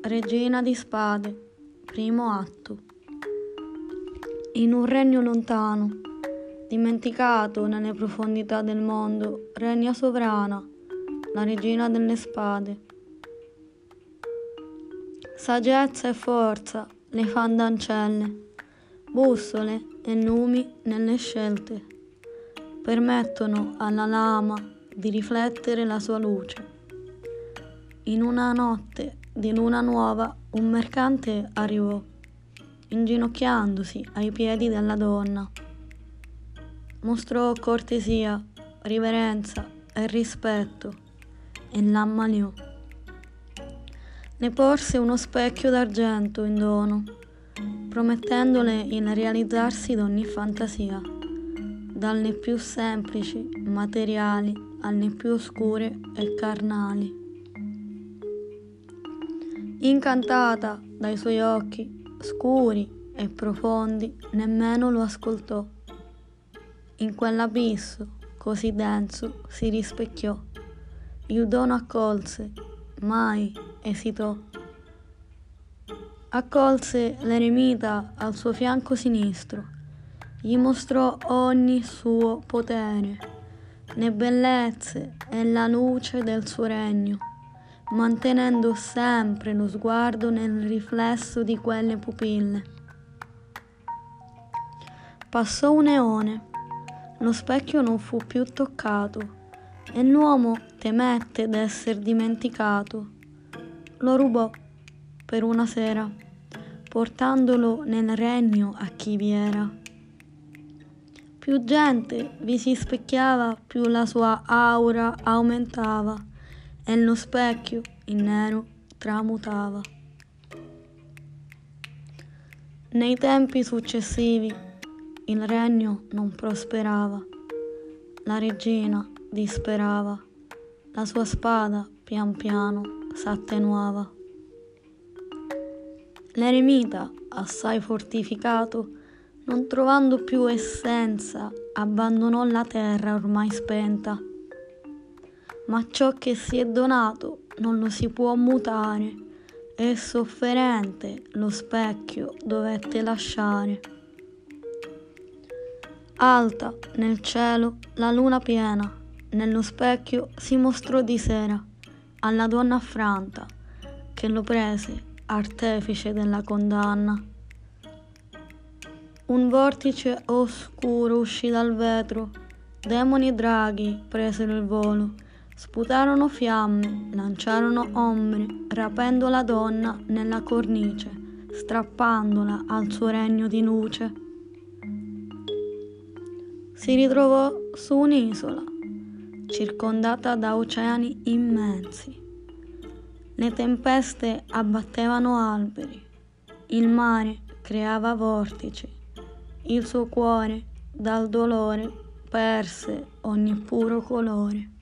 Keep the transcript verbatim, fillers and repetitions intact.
Regina di spade, primo atto. In un regno lontano, dimenticato nelle profondità del mondo, regna sovrana, la regina delle spade. Saggezza e forza le fan d'ancelle, bussole e numi nelle scelte, permettono alla lama di riflettere la sua luce. In una notte di luna nuova un mercante arrivò, inginocchiandosi ai piedi della donna. Mostrò cortesia, riverenza e rispetto e l'ammaliò. Le porse uno specchio d'argento in dono, promettendole il realizzarsi d'ogni fantasia, dalle più semplici, materiali, alle più oscure e carnali. Incantata dai suoi occhi scuri e profondi, nemmeno lo ascoltò. In quell'abisso così denso si rispecchiò, il dono accolse, mai esitò. Accolse l'eremita al suo fianco sinistro, gli mostrò ogni suo potere, le bellezze e la luce del suo regno, mantenendo sempre lo sguardo nel riflesso di quelle pupille. Passò un eone, lo specchio non fu più toccato e l'uomo temette d'esser dimenticato. Lo rubò per una sera, portandolo nel regno a chi vi era. Più gente vi si specchiava, più la sua aura aumentava e lo specchio in nero tramutava. Nei tempi successivi il regno non prosperava, la regina disperava, la sua spada pian piano s'attenuava. L'eremita, assai fortificato, non trovando più essenza, abbandonò la terra ormai spenta. Ma ciò che si è donato non lo si può mutare, e sofferente lo specchio dovette lasciare. Alta nel cielo la luna piena, nello specchio si mostrò di sera alla donna affranta, che lo prese artefice della condanna. Un vortice oscuro uscì dal vetro, demoni e draghi presero il volo, sputarono fiamme, lanciarono ombre, rapendo la donna nella cornice, strappandola al suo regno di luce. Si ritrovò su un'isola, circondata da oceani immensi. Le tempeste abbattevano alberi, il mare creava vortici, il suo cuore dal dolore perse ogni puro colore.